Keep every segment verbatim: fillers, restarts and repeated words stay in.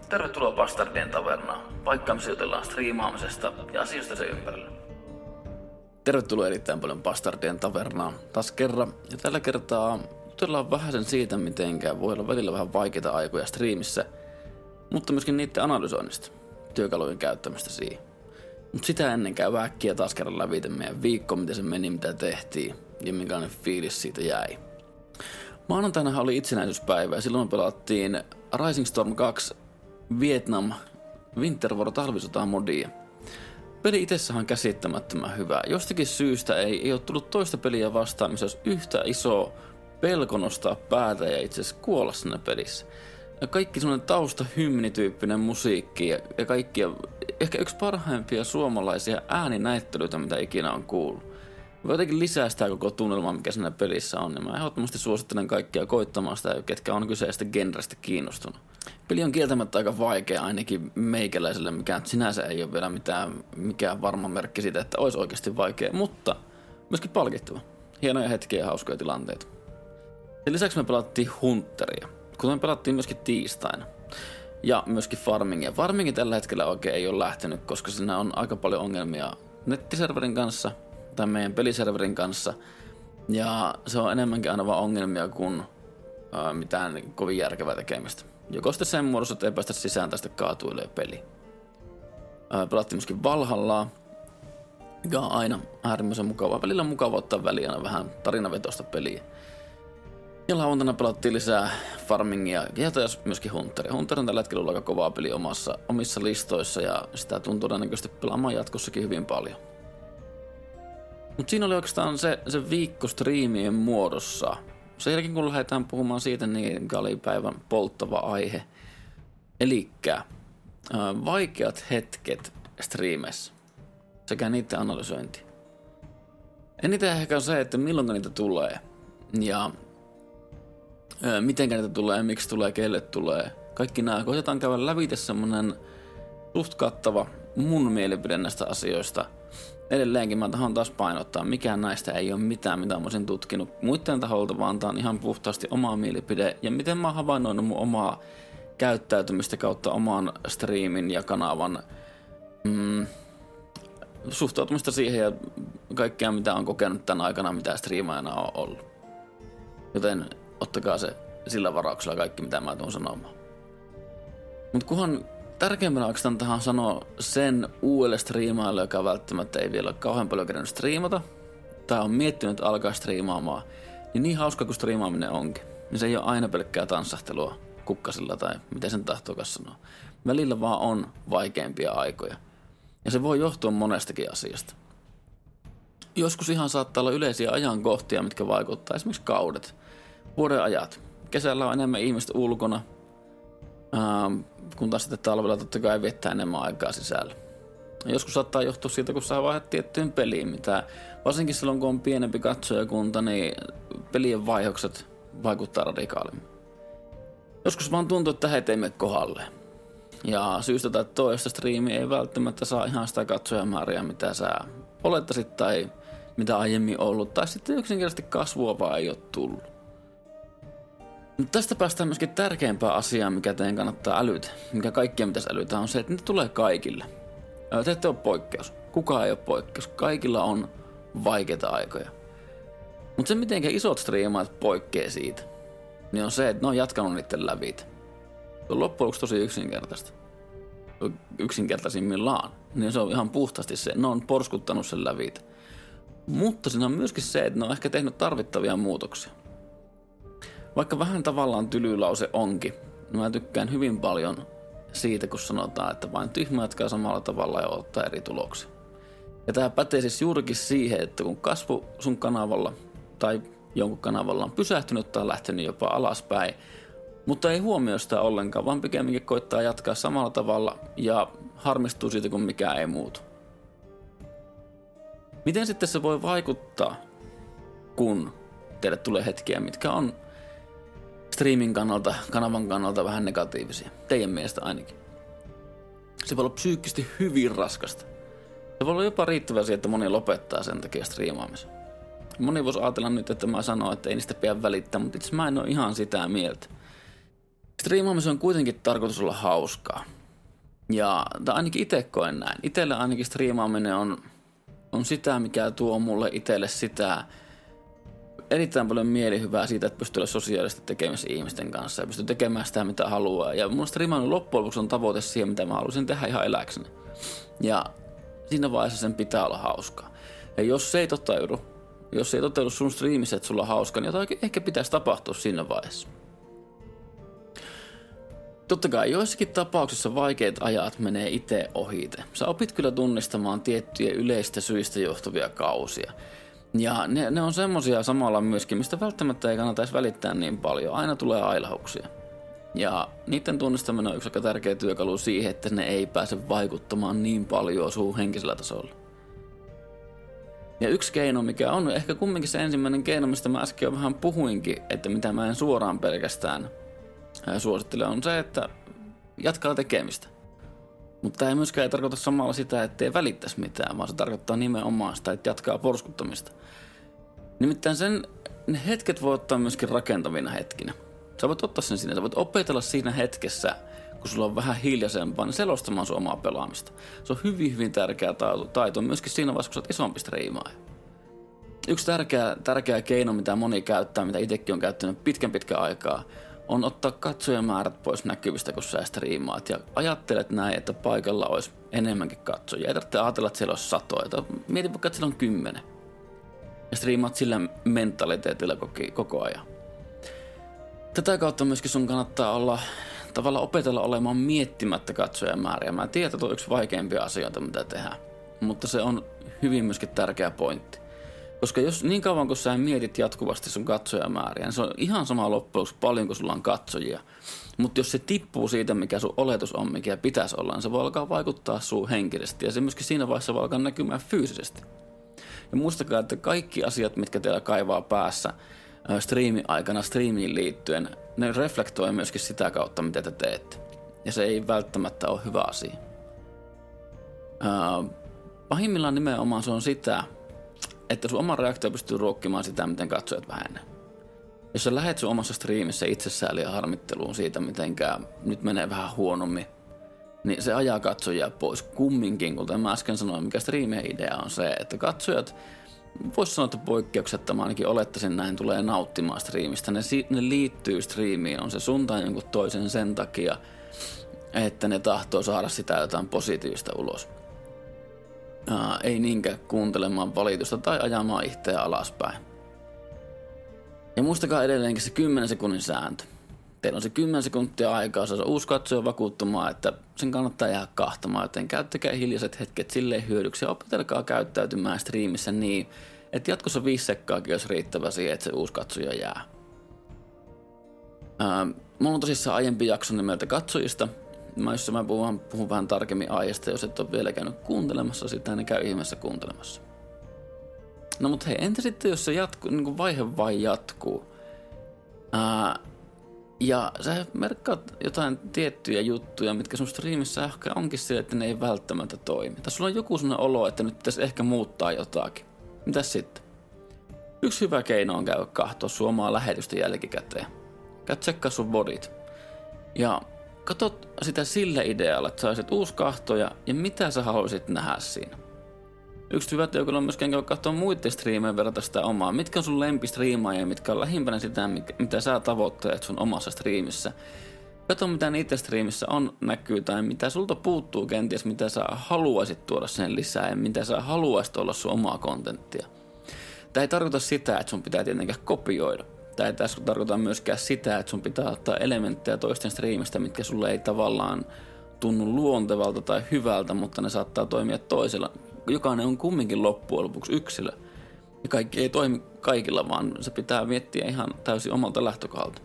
Tervetuloa Bastardien tavernaan, paikka missä jutellaan striimaamisesta ja asioista sen ympärillä. Tervetuloa erittäin paljon Bastardien tavernaan taas kerran, ja tällä kertaa jutellaan vähän sen siitä, mitenkään voi olla välillä vähän vaikeita aikoja striimissä, mutta myöskin niiden analysoinnista, työkalujen käyttämistä siihen. Mutta sitä ennen käy äkkiä taas kerran läpi meidän viikko, miten se meni, mitä tehtiin ja minkälainen fiilis siitä jäi. Maanantaina oli itsenäisyyspäivä ja silloin me pelattiin Rising Storm kaksi Vietnam Winter War talvisota modia. Peli itsessään on käsittämättömän hyvä. Jostakin syystä ei, ei ole tullut toista peliä vastaan, missä olisi yhtä iso pelko nostaa päätä ja itse asiassa kuolla siinä pelissä. Ja kaikki semmoinen taustahymnityyppinen musiikki ja, ja kaikki, ehkä yksi parhaimpia suomalaisia ääninäyttelyitä, mitä ikinä on kuullut. Jotenkin lisää sitä koko tunnelmaa, mikä siinä pelissä on, ja mä ehdottomasti suosittelen kaikkia koittamaan sitä, ketkä on kyseistä genrestä kiinnostunut. Peli on kieltämättä aika vaikea ainakin meikäläiselle, mikä sinänsä ei ole vielä mitään, mikään varma merkki siitä, että olisi oikeasti vaikea, mutta myöskin palkittava. Hienoja hetkiä ja hauskoja tilanteita. Sen lisäksi me pelattiin Hunteria, kuten me pelattiin myöskin tiistaina. Ja myöskin Farmingia. Farmingi tällä hetkellä oikein ei ole lähtenyt, koska siinä on aika paljon ongelmia nettiserverin kanssa, tai meidän peliserverin kanssa, ja se on enemmänkin aina vaan ongelmia kuin ää, mitään kovin järkevää tekemistä. Joko sitten sen muodossa, että ei päästä sisään tästä kaatuilee peli. Ää, pelattiin myöskin Valhallaa, mikä on aina äärimmäisen mukavaa. Välillä on mukava ottaa väliin aina vähän tarinavetoista peliä. Ja lauantaina pelattiin lisää Farmingia ja taas myöskin Hunteria. Hunter on tällä hetkellä ollut aika kovaa peli omassa, omissa listoissa, ja sitä tuntuu todennäköisesti pelaamaan jatkossakin hyvin paljon. Mutta siinä oli oikeastaan se, se viikko striimien muodossa. Sen jälkeen kun lähdetään puhumaan siitä, niin oli päivän polttava aihe. Elikkä ää, vaikeat hetket striimeissä sekä niiden analysointi. Eniten ehkä on se, että milloin niitä tulee ja ää, mitenkä niitä tulee, miksi tulee, kelle tulee. Kaikki nämä koitetaan käydä lävitse semmonen suht kattava mun mielipide näistä asioista. Edelleenkin mä tahan taas painottaa, mikään näistä ei ole mitään, mitä mä olisin tutkinut muiden taholta, vaan tää on ihan puhtaasti omaa mielipide ja miten mä oon havainnoinut mun omaa käyttäytymistä kautta oman striimin ja kanavan mm, suhtautumista siihen ja kaikkea, mitä on kokenut tämän aikana, mitä striimaajana on ollut. Joten ottakaa se sillä varauksella kaikki, mitä mä tuun sanomaan. Mut kunhan tärkeimpänä oikeastaan tähän sanoa sen uudelle striimaajalle, joka välttämättä ei vielä ole kauhean paljon kerännyt striimata, tai on miettinyt alkaa striimaamaan, niin niin hauska kuin striimaaminen onkin, niin se ei ole aina pelkkää tanssahtelua kukkasilla tai miten sen tahtookas sanoa. Välillä vaan on vaikeimpia aikoja. Ja se voi johtua monestakin asiasta. Joskus ihan saattaa olla yleisiä ajankohtia, mitkä vaikuttaa, esimerkiksi kaudet, vuoden ajat. Kesällä on enemmän ihmistä ulkona, Ähm, kun taas sitten talvella totta kai viettää enemmän aikaa sisällä. Ja joskus saattaa johtua siitä, kun saa vaihtaa tiettyyn peliin, mitä varsinkin silloin, kun on pienempi katsojakunta, niin pelien vaihokset vaikuttaa radikaalimmin. Joskus vaan tuntuu, että he ei mene kohdalle. Ja syystä tai toista striimi ei välttämättä saa ihan sitä katsojamääriä, mitä sä olettaisit tai mitä aiemmin ollut, tai sitten yksinkertaisesti kasvua vaan ei ole tullut. Mutta tästä päästään myöskin tärkeimpään asiaan, mikä teidän kannattaa älytä, mikä kaikkien pitäisi älytä, on se, että niitä tulee kaikille. Te ette ole poikkeus. Kukaan ei ole poikkeus. Kaikilla on vaikeita aikoja. Mutta se, miten isot striimaat poikkeaa siitä, niin on se, että ne on jatkanut niiden lävitä. Se on loppujen lopuksi tosi yksinkertaista. Yksinkertaisimmillaan. Niin se on ihan puhtaasti se, ne on porskuttanut sen lävitä. Mutta siinä on myöskin se, että ne on ehkä tehnyt tarvittavia muutoksia. Vaikka vähän tavallaan tylylause onkin, niin mä tykkään hyvin paljon siitä, kun sanotaan, että vain tyhmä jatkaa samalla tavalla ja ottaa eri tuloksia. Ja tää pätee siis juurikin siihen, että kun kasvu sun kanavalla tai jonkun kanavalla on pysähtynyt tai lähtenyt jopa alaspäin, mutta ei huomioi sitä ollenkaan, vaan pikemminkin koittaa jatkaa samalla tavalla ja harmistuu siitä, kun mikään ei muutu. Miten sitten se voi vaikuttaa, kun teille tulee hetkiä, mitkä on striimin kannalta, kanavan kannalta vähän negatiivisia. Teidän mielestä ainakin. Se voi olla psyykkisesti hyvin raskasta. Se voi olla jopa riittävää siihen, että moni lopettaa sen takia striimaamisen. Moni voisi ajatella nyt, että mä sanon, että ei niistä pidä välittää, mutta itse mä en ole ihan sitä mieltä. striimaamisen on kuitenkin tarkoitus olla hauskaa. Ja tai ainakin itse koen näin. Itelle ainakin striimaaminen on, on sitä, mikä tuo mulle itselle sitä erittäin paljon mielihyvää siitä, että pystyy olla sosiaalisesti tekemässä ihmisten kanssa ja pystyy tekemään sitä, mitä haluaa. Ja mun striimaaminen loppujen lopuksi on tavoite siihen, mitä mä haluaisin tehdä ihan eläkseni. Ja siinä vaiheessa sen pitää olla hauskaa. Ja jos se ei toteudu, jos se ei toteudu sun striimissä, että sulla on hauskaa, niin jotain ehkä pitäisi tapahtua siinä vaiheessa. Totta kai joissakin tapauksissa vaikeat ajat menee itse ohite. Sä opit kyllä tunnistamaan tiettyjä yleistä syistä johtuvia kausia. Ja ne, ne on semmosia samalla myöskin, mistä välttämättä ei kannata edes välittää niin paljon. Aina tulee ailauksia. Ja niiden tunnistaminen on yksi aika tärkeä työkalu siihen, että ne ei pääse vaikuttamaan niin paljon sun henkisellä tasolla. Ja yksi keino, mikä on ehkä kumminkin se ensimmäinen keino, mistä mä äsken jo vähän puhuinkin, että mitä mä en suoraan pelkästään suosittelen, on se, että jatkaa tekemistä. Mutta tämä ei myöskään ei tarkoita samalla sitä, että ei välittäisi mitään, vaan se tarkoittaa nimenomaan sitä, että jatkaa porskuttamista. Nimittäin sen ne hetket voi ottaa myöskin rakentavina hetkinä. Sä voit ottaa sen siinä, sä voit opetella siinä hetkessä, kun sulla on vähän hiljaisempaa, niin selostamaan sun omaa pelaamista. Se on hyvin, hyvin tärkeä taito, myöskin siinä vaiheessa, kun sä oot isompi striimaaja. Yksi tärkeä, tärkeä keino, mitä moni käyttää, mitä itsekin on käyttänyt pitkän pitkän aikaa, on ottaa katsojamäärät pois näkyvistä, kun sä striimaat. Ja ajattelet näin, että paikalla olisi enemmänkin katsojia. Ei tarvitse ajatella, että siellä olisi satoja. Mieti vaikka, että siellä on kymmenen. Ja striimaat sillä mentaliteetillä koko ajan. Tätä kautta myöskin sun kannattaa olla, tavallaan opetella olemaan miettimättä katsojamääriä. Mä tiedän, että tuo on yksi vaikeimpia asioita, mitä tehdään. Mutta se on hyvin myöskin tärkeä pointti. Koska jos niin kauan kun sä mietit jatkuvasti sun katsojamääriä, niin se on ihan sama loppujen paljon kuin sulla on katsojia. Mutta jos se tippuu siitä, mikä sun oletus on, mikä pitäisi olla, niin se voi alkaa vaikuttaa sun henkisesti. Ja se myöskin siinä vaiheessa voi alkaa näkymään fyysisesti. Ja muistakaa, että kaikki asiat, mitkä teillä kaivaa päässä striimin aikana striimiin liittyen, ne reflektoi myöskin sitä kautta, mitä te teette. Ja se ei välttämättä ole hyvä asia. Uh, pahimmillaan nimenomaan se on sitä, että sun oma reaktio pystyy ruokkimaan sitä, miten katsojat vähenee. Jos sä lähet sun omassa striimissä itsesääliä ja harmitteluun siitä, mitenkä nyt menee vähän huonommin, niin se ajaa katsojia pois kumminkin, kuten mä äsken sanoin, mikä striimien idea on se, että katsojat, vois sanoa, että poikkeuksetta mä ainakin olettaisin näin, tulee nauttimaan striimistä. Ne, ne liittyy striimiin, on se sun tai jonkun toisen sen takia, että ne tahtoo saada sitä jotain positiivista ulos. Ää, ei niinkään kuuntelemaan valitusta tai ajamaan itseä alaspäin. Ja muistakaa edelleenkin se kymmenen sekunnin sääntö. Teillä on se kymmenen sekuntia aikaa saada uusi katsoja vakuuttumaan, että sen kannattaa jäädä kahtamaan, joten käyttäkää hiljaiset hetket silleen hyödyksi ja opetelkaa käyttäytymään striimissä niin, että jatkossa viisi sekkaakin olisi riittävä siihen, että se uusi katsoja jää. Ää, mulla on tosissaan aiempi jakso nimeltä katsojista. Mä, jos mä puhun, puhun vähän tarkemmin aiheesta, jos et ole vielä käynyt kuuntelemassa sitä, niin käy ihmeessä kuuntelemassa. No mut hei, entä sitten jos se jatkuu, niin kuin vaihe vai jatkuu? Ää, ja sä merkkaat jotain tiettyjä juttuja, mitkä sun striimissä ehkä onkin sille, että ne ei välttämättä toimi. Tai sulla on joku sellainen olo, että nyt pitäisi ehkä muuttaa jotakin. Mitäs sitten? Yksi hyvä keino on käydä katsoa sun omaa lähetystä jälkikäteen. Käy tsekkaa sun bodit. Ja katsot sitä sillä idealla, että saisit uusi kahtoja ja mitä sä haluaisit nähdä siinä. Yksi hyvä työkalu on myöskään käydä katsoa muiden striimejä verrata sitä omaa. Mitkä on sun lempistriimaajia, mitkä on lähimpänä sitä, mitä sä tavoittelet sun omassa striimissä. Katso mitä niiden striimissä on, näkyy tai mitä sulta puuttuu kenties, mitä sä haluaisit tuoda sen lisää ja mitä sä haluaisit olla sun omaa kontenttia. Tämä ei tarkoita sitä, että sun pitää tietenkään kopioida. Tämä ei tässä tarkoita myöskään sitä, että sun pitää ottaa elementtejä toisten striimistä, mitkä sulle ei tavallaan tunnu luontevalta tai hyvältä, mutta ne saattaa toimia toisella. Jokainen on kumminkin loppujen lopuksi yksilö. Ja kaikki ei toimi kaikilla, vaan se pitää miettiä ihan täysin omalta lähtökohdalta.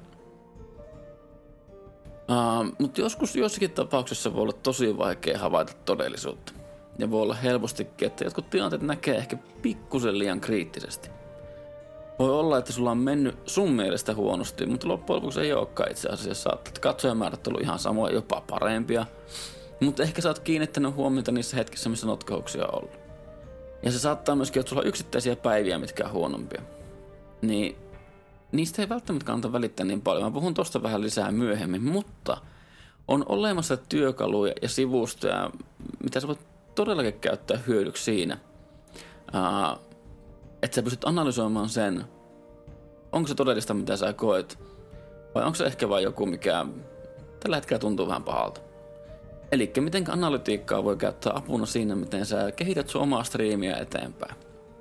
Uh, mutta joskus jossakin tapauksessa voi olla tosi vaikea havaita todellisuutta. Ja voi olla helpostikin, että jotkut tilanteet näkee ehkä pikkusen liian kriittisesti. Voi olla, että sulla on mennyt sun mielestä huonosti, mutta loppujen lopuksi ei olekaan itse asiassa. Saattaa, että katsojamäärät on ollut ihan samoja, jopa parempia. Mutta ehkä sä oot kiinnittänyt huomiota niissä hetkissä, missä notkauksia on ollut. Ja se saattaa myöskin, että sulla on yksittäisiä päiviä, mitkä on huonompia. Niin niistä ei välttämättä kannata välittää niin paljon. Mä puhun tosta vähän lisää myöhemmin, mutta on olemassa työkaluja ja sivustoja, mitä sä voit todellakin käyttää hyödyksi siinä, ää, että sä pystyt analysoimaan sen, onko se todellista, mitä sä koet, vai onko se ehkä vain joku, mikä tällä hetkellä tuntuu vähän pahalta. Eli miten analytiikkaa voi käyttää apuna siinä, miten sä kehität sun omaa striimiä eteenpäin.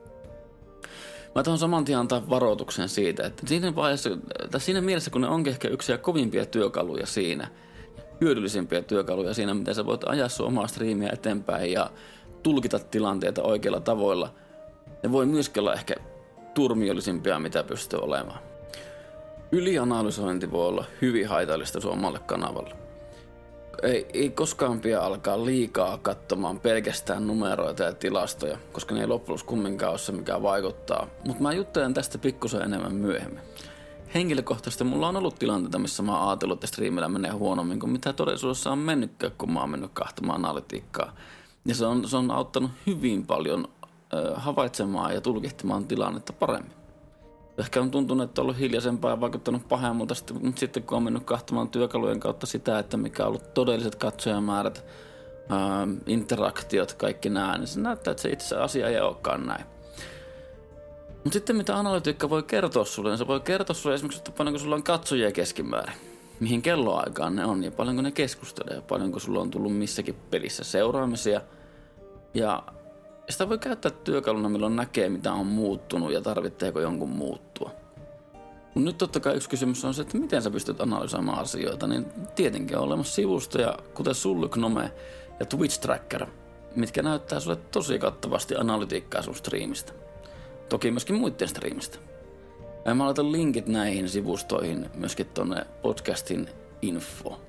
Mä tuohon saman tien antaa varoituksen siitä, että siinä, vaiheessa, tai siinä mielessä, kun ne onkin ehkä yksiä kovimpia työkaluja siinä, hyödyllisimpiä työkaluja siinä, miten sä voit ajaa sun omaa striimiä eteenpäin ja tulkita tilanteita oikeilla tavoilla, ne voi myöskin olla ehkä turmiollisimpia, mitä pystyy olemaan. Ylianalysointi voi olla hyvin haitallista sun omalle kanavalle. Ei, ei koskaan pidä alkaa liikaa katsomaan pelkästään numeroita ja tilastoja, koska ne ei loppujen lopuksi kumminkaan ole se, mikä vaikuttaa. Mutta mä juttelen tästä pikkusen enemmän myöhemmin. Henkilökohtaisesti mulla on ollut tilanteita, missä mä oon ajatellut, että striimillä menee huonommin kuin mitä todellisuudessa on mennytkään, kun mä oon mennyt kahtomaan analytiikkaa. Ja se on, se on auttanut hyvin paljon ö, havaitsemaan ja tulkihtimaan tilannetta paremmin. Ehkä on tuntunut, että on ollut hiljaisempaa ja vaikuttanut pahemmalta, mutta sitten kun on mennyt kahtomaan työkalujen kautta sitä, että mikä on ollut todelliset katsojamäärät, ää, interaktiot, kaikki nämä, niin se näyttää, että se itse asia ei olekaan näin. Mutta sitten mitä analytiikka voi kertoa sulle, niin se voi kertoa sulle esimerkiksi, että paljonko sulla on katsojia keskimäärin, mihin kelloaikaan ne on ja paljonko ne keskustelee ja paljonko sulla on tullut missäkin pelissä seuraamisia. Ja sitä voi käyttää työkaluna, milloin näkee, mitä on muuttunut ja tarvitseeko jonkun muuttua. Mut nyt totta kai yksi kysymys on se, että miten sä pystyt analysoimaan asioita, niin tietenkin on olemassa sivustoja, kuten Sully-Gnome ja Twitch Tracker, mitkä näyttää sulle tosi kattavasti analytiikkaa sun striimistä. Toki myöskin muiden striimistä. Ja mä laitan linkit näihin sivustoihin myöskin tonne podcastin info.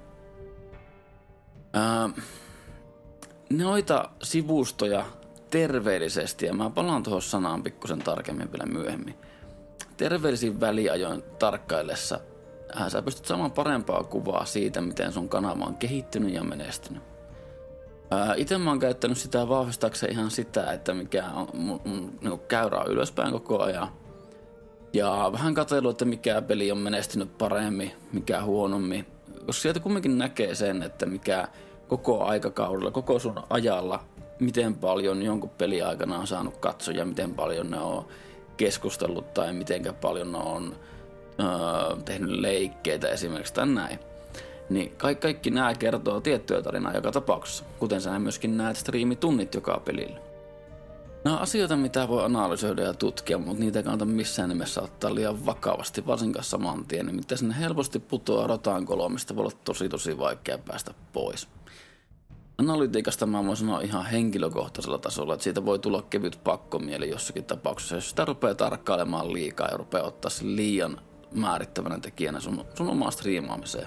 Ää, noita sivustoja terveellisesti, ja mä palaan tuohon sanaan pikkusen tarkemmin vielä myöhemmin. Terveellisin väliajoin tarkkaillessa äh, sä pystyt saamaan parempaa kuvaa siitä, miten sun kanava on kehittynyt ja menestynyt. Äh, Itse mä oon käyttänyt sitä vahvistaakseen ihan sitä, että mikä on mun, mun niin käyrä on ylöspäin koko ajan. Ja vähän katsellut, että mikä peli on menestynyt paremmin, mikä huonommin. Koska sieltä kumminkin näkee sen, että mikä koko aikakaudella, koko sun ajalla, miten paljon jonkun peli aikana on saanut katsoja, miten paljon ne on keskustellut tai miten paljon ne on öö, tehnyt leikkeitä esimerkiksi tai näin. Niin kaikki, kaikki nämä kertoo tiettyä tarinaa joka tapauksessa, kuten sä myöskin näet striimitunnit joka pelillä. Nämä on asioita, mitä voi analysoida ja tutkia, mutta niitä ei kannata missään nimessä ottaa liian vakavasti, varsinkaan saman tien. Nimittäin sinne helposti putoaa rotaan kolmista, voi olla tosi tosi vaikea päästä pois. Analytiikasta mä voin sanoa ihan henkilökohtaisella tasolla, että siitä voi tulla kevyt pakkomieli jossakin tapauksessa, jos sitä rupeaa tarkkailemaan liikaa ja rupeaa ottaa sen liian määrittävänä tekijänä sun, sun omaan striimaamiseen.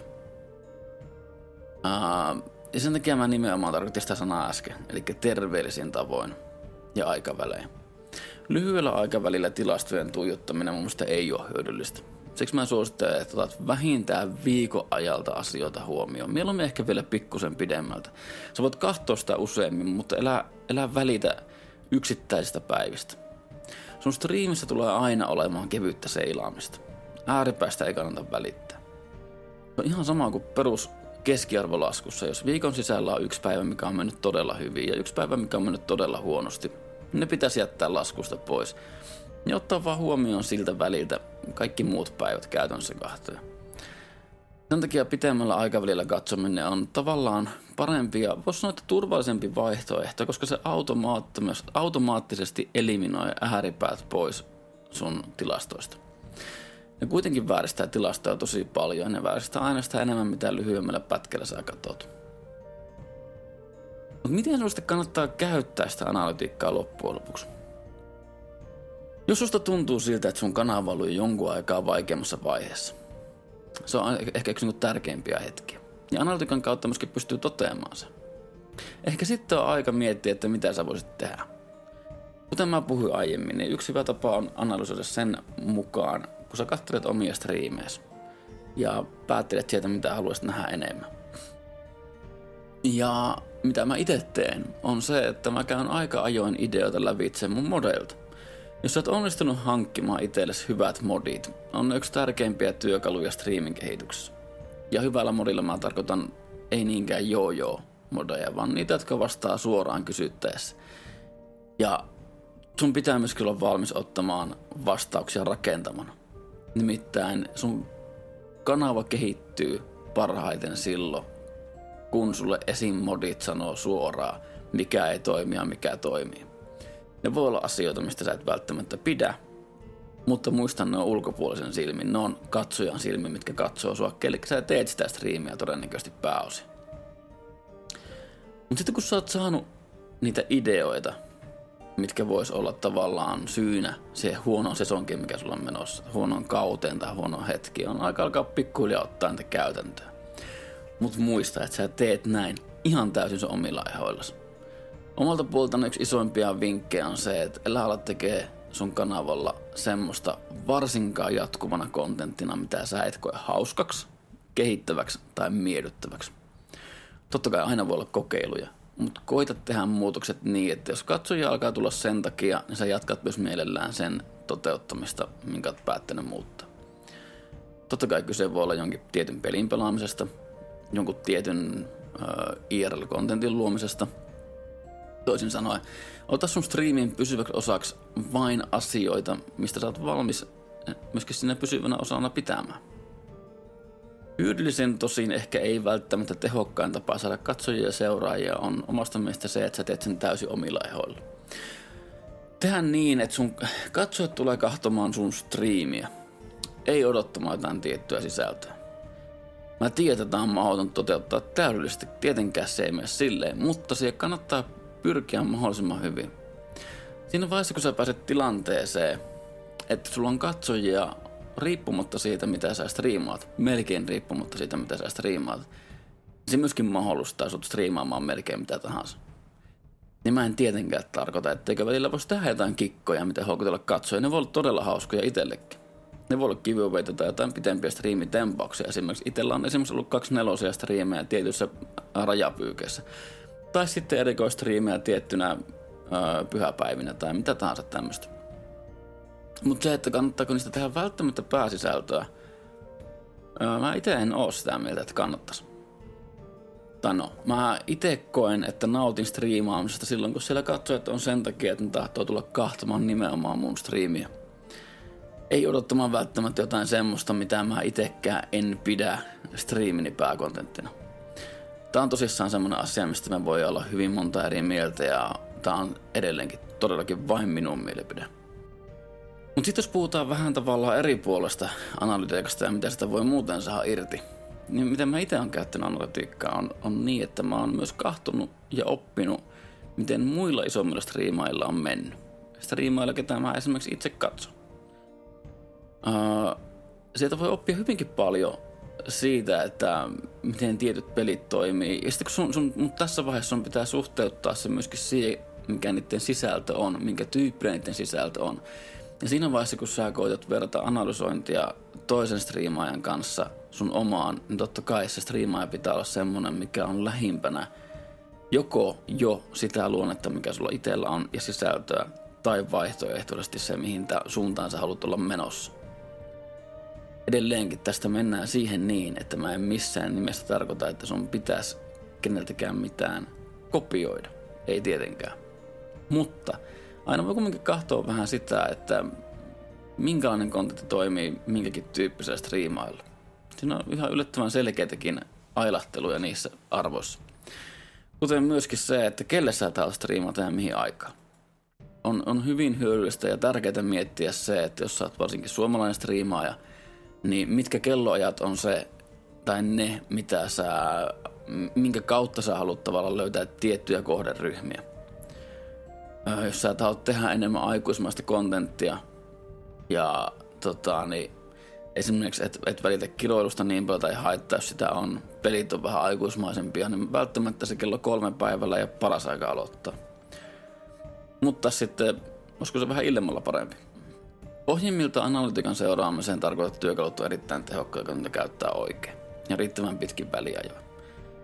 Ää, ja sen takia mä nimenomaan tarkoitin sitä sanaa äsken, eli terveellisin tavoin ja aikavälein. Lyhyellä aikavälillä tilastojen tuijottaminen mun mielestä ei ole hyödyllistä. Siksi mä suosittelen, että otat vähintään viikon ajalta asioita huomioon. Mieluummin ehkä vielä pikkusen pidemmältä. Sä voit katsoa sitä useammin, mutta elä, elä välitä yksittäisistä päivistä. Sun striimissä tulee aina olemaan kevyttä seilaamista. Ääripäistä ei kannata välittää. Se on ihan sama kuin perus keskiarvolaskussa. Jos viikon sisällä on yksi päivä, mikä on mennyt todella hyvin ja yksi päivä, mikä on mennyt todella huonosti, ne pitäisi jättää laskusta pois. Ja ottaa vaan huomioon siltä väliltä kaikki muut päivät käytännössä kahtoja. Sen takia pitemmällä aikavälillä katsominen on tavallaan parempi ja voisi sanoa, että turvallisempi vaihtoehto, koska se automaattisesti eliminoi ääripäät pois sun tilastoista. Ne kuitenkin vääristää tilastoja tosi paljon, ne vääristää aina sitä enemmän, mitä lyhyemmällä pätkällä sä katsot. Mutta miten sinusta kannattaa käyttää sitä analytiikkaa loppujen lopuksi? Jos susta tuntuu siltä, että sun kanava on ollut jonkun aikaa vaikeammassa vaiheessa, se on ehkä yksi tärkeimpiä hetkiä. Ja analytiikan kautta myöskin pystyy toteamaan sen. Ehkä sitten on aika miettiä, että mitä sä voisit tehdä. Kuten mä puhuin aiemmin, niin yksi hyvä tapa on analysoida sen mukaan, kun sä katselet omia striimeesi ja päättelet sieltä, mitä haluaisit nähdä enemmän. Ja mitä mä itse teen, on se, että mä käyn aika ajoin ideoita lävitse mun modelta. Jos sä oot onnistunut hankkimaan itsellesi hyvät modit, on ne yksi tärkeimpiä työkaluja streamin kehityksessä. Ja hyvällä modilla mä tarkoitan ei niinkään joo-joo modeja, vaan niitä, jotka vastaa suoraan kysyttäessä. Ja sun pitää myös olla valmis ottamaan vastauksia rakentamana. Nimittäin sun kanava kehittyy parhaiten silloin, kun sulle esim. Modit sanoo suoraan, mikä ei toimi ja mikä toimii. Ne voi olla asioita, mistä sä et välttämättä pidä, mutta muista, ne on ulkopuolisen silmin. Ne on katsojan silmin, mitkä katsoo sua, kellekä sä teet sitä striimiä todennäköisesti pääosin. Mutta sitten kun sä oot saanut niitä ideoita, mitkä vois olla tavallaan syynä siihen huonoon sesonkin, mikä sulla on menossa, huonoon kauteen tai huonoon hetki, on aika alkaa pikkuhiljaa ottaa niitä käytäntöä. Mutta muista, että sä teet näin ihan täysin sun omilla ehoillasi. Omalta puoleltani yksi isoimpia vinkkejä on se, että älä ala tekee sun kanavalla semmoista varsinkaan jatkuvana kontenttina, mitä sä et koe hauskaksi, kehittäväksi tai miellyttäväksi. Totta kai aina voi olla kokeiluja, mutta koita tehdä muutokset niin, että jos katsoja alkaa tulla sen takia, niin sä jatkat myös mielellään sen toteuttamista, minkä oot päättänyt muuttaa. Totta kai kyse voi olla jonkin tietyn pelin pelaamisesta, jonkun tietyn äh, I R L-kontentin luomisesta. Toisin sanoen, ota sun striimin pysyväksi osaksi vain asioita, mistä sä oot valmis myöskin sinne pysyvänä osana pitämään. Hyödyllisen tosin ehkä ei välttämättä tehokkain tapa saada katsojia ja seuraajia on omasta mielestä se, että sä teet sen täysin omilla ehoilla. Tehdään niin, että sun katsojat tulee kahtomaan sun striimiä, ei odottamaan jotain tiettyä sisältöä. Mä tiedän, että tämä on mahdoton toteuttaa täydellisesti, tietenkään se ei mene silleen, mutta siihen kannattaa pyrkiä mahdollisimman hyvin. Siinä vaiheessa, kun sä pääset tilanteeseen, että sulla on katsojia riippumatta siitä, mitä sä striimaat, melkein riippumatta siitä, mitä sä striimaat, se myöskin mahdollistaa sut striimaamaan melkein mitä tahansa. Niin mä en tietenkään tarkoita, etteikö välillä voisi tehdä jotain kikkoja, mitä houkutella katsoja. Ne voi olla todella hauskoja itsellekin. Ne voi olla giveawayta tai jotain pitempiä striimitempauksia. Esimerkiksi itsellä on esimerkiksi ollut kaksi nelosia striimejä tietyissä rajapyykeissä. Tai sitten erikoistriimejä tiettynä öö, pyhäpäivinä tai mitä tahansa tämmöistä. Mutta se, että kannattaako niistä tehdä välttämättä pääsisältöä, öö, mä itse en oo sitä mieltä, että kannattaisi. Tai no, mä itse koen, että nautin striimaamisesta silloin, kun siellä katsojat on sen takia, että ne tahtoo tulla kahtamaan nimenomaan mun striimiä. Ei odottamaan välttämättä jotain semmoista, mitä mä itekään en pidä striimini pääkontenttina. Tää on tosissaan semmonen asia, mistä me voi olla hyvin monta eri mieltä ja tää on edelleenkin todellakin vain minun mielipide. Mut sit jos puhutaan vähän tavallaan eri puolesta analytiikasta ja mitä sitä voi muuten saada irti, niin miten mä ite oon käyttänyt analytiikkaa on, on niin, että mä oon myös kahtonut ja oppinut, miten muilla isommilla striimailla on mennyt. Striimailla, ketä mä esimerkiksi itse katson. Uh, sieltä voi oppia hyvinkin paljon siitä, että miten tietyt pelit toimii. Ja sitten kun sun, sun, mutta tässä vaiheessa sun pitää suhteuttaa se myöskin siihen, mikä niiden sisältö on, minkä tyyppinen niiden sisältö on. Ja siinä vaiheessa, kun sä koetat verrata analysointia toisen striimaajan kanssa sun omaan, niin totta kai se striimaaja pitää olla semmonen, mikä on lähimpänä joko jo sitä luonnetta, mikä sulla itsellä on, ja sisältöä, tai vaihtoehtoisesti se, mihin suuntaan sä haluat olla menossa. Edelleenkin tästä mennään siihen niin, että mä en missään nimessä tarkoita, että sun pitäisi keneltäkään mitään kopioida. Ei tietenkään. Mutta aina voi kuitenkin katsoa vähän sitä, että minkälainen kontentti toimii minkäkin tyyppisellä striimailla. Siinä on ihan yllättävän selkeitäkin ailahteluja niissä arvoissa. Kuten myöskin se, että kelle sä täällä striimata ja mihin aikaan. On, on hyvin hyödyllistä ja tärkeää miettiä se, että jos sä oot varsinkin suomalainen striimaaja, niin mitkä kelloajat on se, tai ne, mitä sä, minkä kautta sä haluat tavallaan löytää tiettyjä kohderyhmiä. Öö, jos sä haluat tehdä enemmän aikuismaista kontenttia, ja tota, niin esimerkiksi et, et välitä kiloilusta niin paljon tai haittaa, jos sitä on, pelit on vähän aikuismaisempia, niin välttämättä se kello kolme päivällä ei ole paras aika aloittaa. Mutta sitten, olisiko se vähän illemmalla parempi? Pohjimmilta analytiikan seuraamiseen tarkoitettu työkalut on erittäin tehokkaita, kun ne käyttää oikein ja riittävän pitkin väliajoin.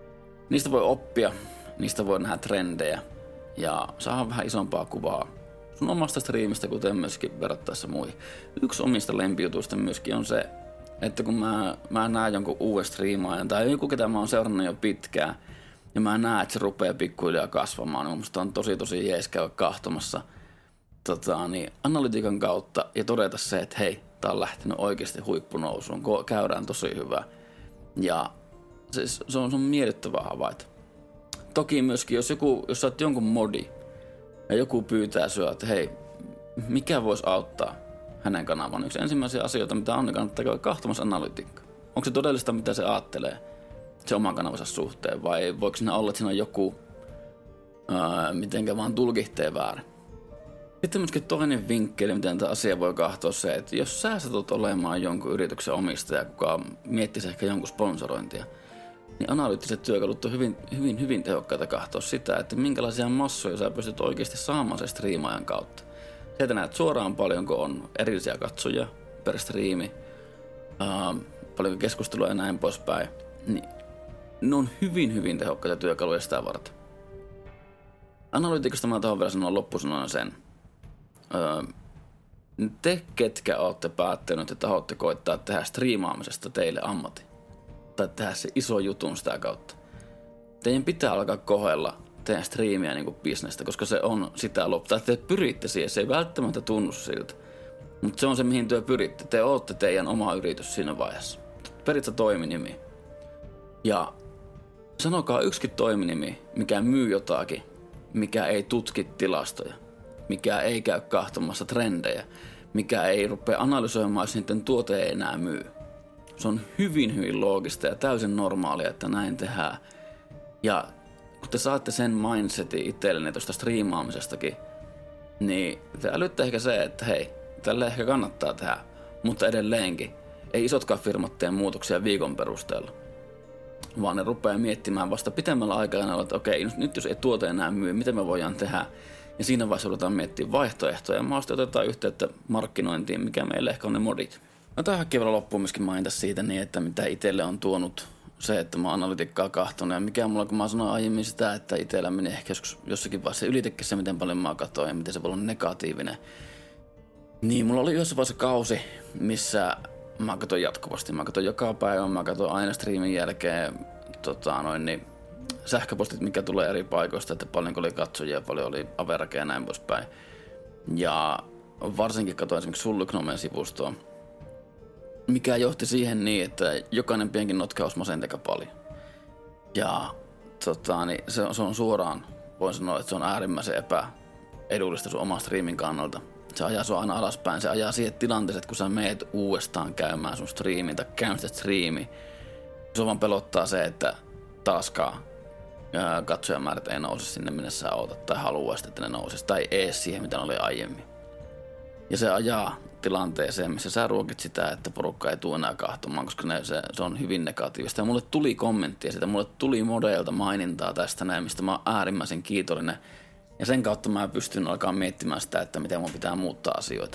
Niistä voi oppia, niistä voi nähdä trendejä ja saada vähän isompaa kuvaa sun omasta striimistä, kuten myöskin verrattaessa muihin. Yksi omista lempijutuista myöskin on se, että kun mä, mä näen jonkun uuden striimaajan tai joku, ketä mä oon seurannut jo pitkään, ja mä näen, että se rupeaa pikkuhiljaa kasvamaan, niin musta on tosi tosi jees käydä kahtomassa tota, niin analytiikan kautta ja todeta se, että hei, tää on lähtenyt oikeasti huippunousuun, käydään tosi hyvää. Ja se, se, on, se on miellyttävää havaita. Toki myöskin, jos, joku, jos sä oot jonkun modi ja joku pyytää sua, että hei, mikä voisi auttaa hänen kanavan. Yksi ensimmäisiä asioita, mitä on, niin kannattaa käydä kahtomassa analytiikkaa. Onko se todellista, mitä se ajattelee se oman kanavansa suhteen, vai voiko siinä olla, että siinä on joku, ää, mitenkä vaan tulkihtee väärin. Sitten myöskin toinen vinkkeli, miten tämä asia voi kahtoa se, että jos sä satut olemaan jonkun yrityksen omistaja, kuka miettisi ehkä jonkun sponsorointia, niin analyyttiset työkalut on hyvin, hyvin, hyvin tehokkaita kahtoa sitä, että minkälaisia massoja sä pystyt oikeasti saamaan sen striimaajan kautta. Sieltä näet suoraan paljonko on erillisiä katsojia per striimi, ää, paljonko keskustelua ja näin poispäin. Niin ne on hyvin, hyvin tehokkaita työkaluja sitä varten. Analytiikasta mä tahan vielä sanoa loppusanana sen. Öö, te, ketkä olette päättänyt, että haluatte koittaa tehdä striimaamisesta teille ammatti. Tai tehdä se iso jutun sitä kautta. Teidän pitää alkaa kohdella teidän striimiä niin kuin bisnestä, koska se on sitä loppu. Tai te pyritte siihen, se ei välttämättä tunnu siltä. Mutta se on se, mihin työ pyritte. Te ootte teidän oma yritys siinä vaiheessa. Peritte toiminimi. Ja sanokaa yksikin toiminimi, mikä myy jotakin, mikä ei tutki tilastoja, mikä ei käy kahtomassa trendejä, mikä ei rupea analysoimaan, jos niiden tuote ei enää myy. Se on hyvin, hyvin loogista ja täysin normaalia, että näin tehdään. Ja kun te saatte sen mindsetin itsellenne tuosta striimaamisestakin, niin te älytte ehkä se, että hei, tälle ehkä kannattaa tehdä, mutta edelleenkin ei isotkaan firmat tee muutoksia viikon perusteella. Vaan ne rupeaa miettimään vasta pitemmällä aikaa, että okei, nyt jos ei tuote enää myy, mitä me voidaan tehdä. Ja siinä vaiheessa ruvetaan miettimään vaihtoehtoja ja mahdollisesti otetaan yhteyttä markkinointiin, mikä meille ehkä on ne modit. No tähän vielä loppuun myöskin mainita siitä niin, että mitä itselle on tuonut se, että mä oon analytiikkaa kahtonut. Ja mikä mulla, kun mä sanoin aiemmin sitä, että itsellä meni ehkä joskus, jossakin vaiheessa ylitekin se, miten paljon mä katsoin ja miten se voi olla negatiivinen. Niin mulla oli yhdessä vaiheessa kausi, missä mä katsoin jatkuvasti. Mä katsoin joka päivä, mä katsoin aina striimin jälkeen tota, noin, niin sähköpostit, mikä tulee eri paikoista, että paljonko oli katsojia, paljon oli averakeja ja näin poispäin. Ja varsinkin katsoin esimerkiksi Sullyknomen sivustoa, mikä johti siihen niin, että jokainen pienkin notkaus masenti aika paljon. Ja tota, niin se, se on suoraan, voin sanoa, että se on äärimmäisen epäedullista sun oman striimin kannalta. Se ajaa sua aina alaspäin, se ajaa siihen tilanteeseen, että kun sä meet uudestaan käymään sun striimin tai käynnistät striimi, se vaan pelottaa se, että taaskaan katsojamäärät ei nouse sinne, minne sä ootat tai haluaisit, että ne nousisi, tai ees siihen, mitä ne oli aiemmin. Ja se ajaa tilanteeseen, missä sä ruokit sitä, että porukka ei tule enää kahtomaan, koska ne, se, se on hyvin negatiivista. Ja mulle tuli kommenttia siitä, mulle tuli modeilta mainintaa tästä näin, mistä mä oon äärimmäisen kiitollinen. Ja sen kautta mä pystyn alkaa miettimään sitä, että miten mun pitää muuttaa asioita.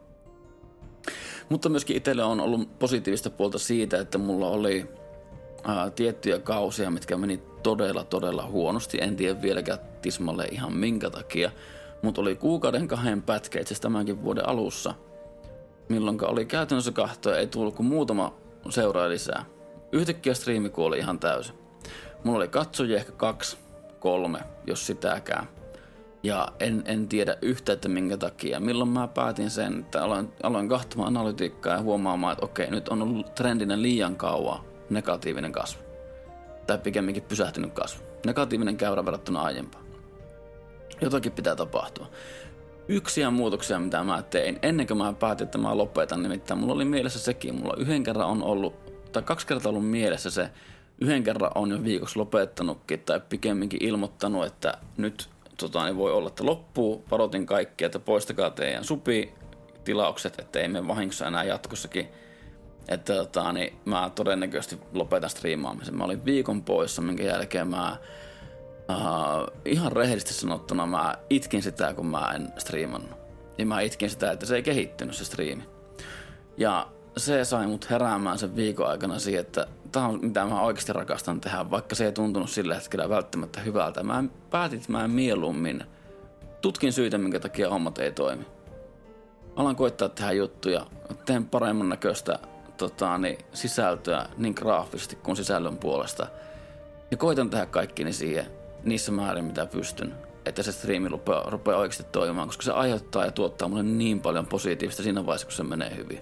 Mutta myöskin itselle on ollut positiivista puolta siitä, että mulla oli ää, tiettyjä kausia, mitkä meni todella, todella huonosti. En tiedä vieläkään tismalle ihan minkä takia. Mutta oli kuukauden kahden pätkä itse asiassa tämänkin vuoden alussa, milloin oli käytännössä kahtoja, ei tullut kuin muutama seuraaja lisää. Yhtäkkiä striimi kuoli ihan täysin. Mulla oli katsojia ehkä kaksi, kolme, jos sitäkään. Ja en, en tiedä yhtä, että minkä takia. Milloin mä päätin sen, että aloin, aloin kahtomaan analytiikkaa ja huomaamaan, että okei, nyt on ollut trendinen liian kauan negatiivinen kasvu. Tai pikemminkin pysähtynyt kasvu. Negatiivinen käyrä verrattuna aiempaan. Jotakin pitää tapahtua. Yksiä muutoksia, mitä mä tein, ennen kuin mä päätin, että mä lopetan, nimittäin mulla oli mielessä sekin. Mulla yhden kerran on ollut, tai kaksi kertaa ollut mielessä se, yhden kerran on jo viikoksi lopettanutkin, tai pikemminkin ilmoittanut, että nyt tota, niin voi olla, että loppuu. Varoitin kaikkia, että poistakaa teidän supi-tilaukset, että ei mene vahingossa enää jatkossakin. Että tota, niin mä todennäköisesti lopetan striimaamisen. Mä olin viikon poissa, minkä jälkeen mä Uh, ihan rehellisesti sanottuna mä itkin sitä, kun mä en striimannut. Ja mä itkin sitä, että se ei kehittynyt se striimi. Ja se sai mut heräämään sen viikon aikana siihen, että tää on mitä mä oikeasti rakastan tehdä, vaikka se ei tuntunut sillä hetkellä välttämättä hyvältä. Mä päätin, että mä mieluummin tutkin syitä, minkä takia hommat ei toimi. Alan koittaa tehdä juttuja, teen paremman näköistä tota, niin, sisältöä niin graafisesti kuin sisällön puolesta. Ja koitan tehdä kaikkini siihen niissä määrin, mitä pystyn, että se striimi rupeaa, rupeaa oikeasti toimimaan, koska se aiheuttaa ja tuottaa mulle niin paljon positiivista siinä vaiheessa, kun se menee hyvin.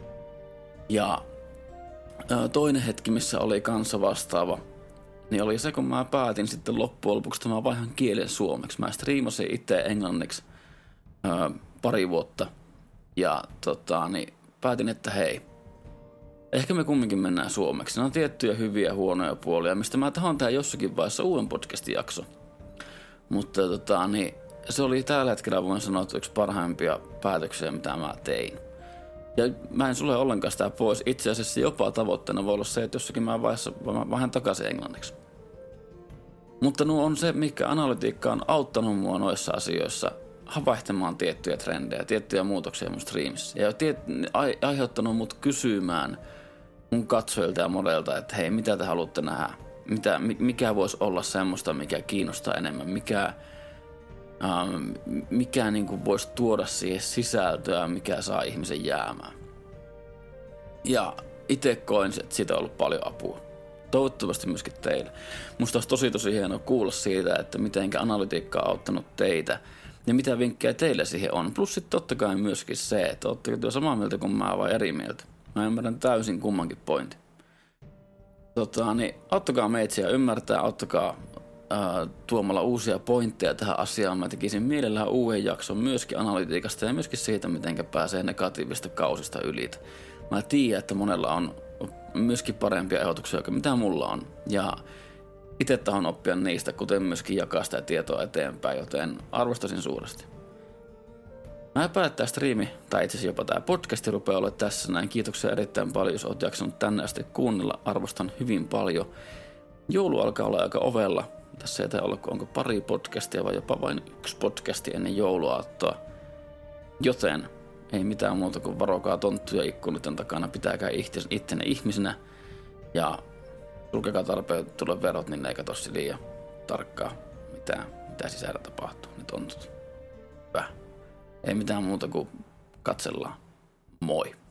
Ja toinen hetki, missä oli kanssa vastaava, niin oli se, kun mä päätin sitten loppujen lopuksi, että mä vaihan kielen suomeksi. Mä striimasin itse englanniksi ää, pari vuotta ja tota, niin päätin, että hei, ehkä me kumminkin mennään suomeksi. Siinä on tiettyjä hyviä ja huonoja puolia, mistä mä tahdon tehdä jossakin vaiheessa uuden podcastin jakso. Mutta tota, niin, se oli tällä hetkellä, voin sanoa, että yksi parhaimpia päätöksiä, mitä mä tein. Ja mä en sulle ollenkaan sitä pois. Itse asiassa jopa tavoitteena voi olla se, että jossakin mä vaiheessa vähän takaisin englanniksi. Mutta nuo on se, mikä analytiikka on auttanut mua noissa asioissa havaihtamaan tiettyjä trendejä, tiettyjä muutoksia mun striimissä. Ja tiet, ai, aiheuttanut mut kysymään mun katsojilta ja modelta, että hei, mitä te haluatte nähdä? Mitä, mikä voisi olla semmoista, mikä kiinnostaa enemmän? Mikä, ähm, mikä niin kuin voisi tuoda siihen sisältöä, mikä saa ihmisen jäämään? Ja itse koin, että siitä on ollut paljon apua. Toivottavasti myöskin teille. Musta olisi tosi tosi hienoa kuulla siitä, että mitenkä analytiikka on auttanut teitä ja mitä vinkkejä teille siihen on. Plus sitten totta kai myöskin se, että ootteko te samaa mieltä kuin mä vai eri mieltä. Mä ymmärrän täysin kummankin pointin. Tota, niin auttakaa meitsiä ymmärtää, auttakaa ää, tuomalla uusia pointteja tähän asiaan. Mä tekisin mielellään uuden jakson myöskin analytiikasta ja myöskin siitä, miten pääsee negatiivista kausista yli. Mä tiedän, että monella on myöskin parempia ehdotuksia kuin mitä mulla on. Ja itse tahdon oppia niistä, kuten myöskin jakaa sitä tietoa eteenpäin, joten arvostasin suuresti. Mä epäilen, että tämä striimi, tai itse asiassa jopa tämä podcasti rupeaa olla tässä näin. Kiitoksia erittäin paljon, jos oot jaksanut tänne asti kuunnella. Arvostan hyvin paljon. Joulu alkaa olla aika ovella. Tässä ei olla, onko pari podcastia vai jopa vain yksi podcasti ennen jouluaattoa. Joten ei mitään muuta kuin varokaa tonttuja ikkunoiden takana, pitääkää ittenne ihmisenä ja sulkekaa tarpeet tulla verot, niin ne ei katso liian tarkkaa, mitä, mitä sisällä tapahtuu, ne tontut. Hyvä. Ei mitään muuta kuin katsellaan. Moi.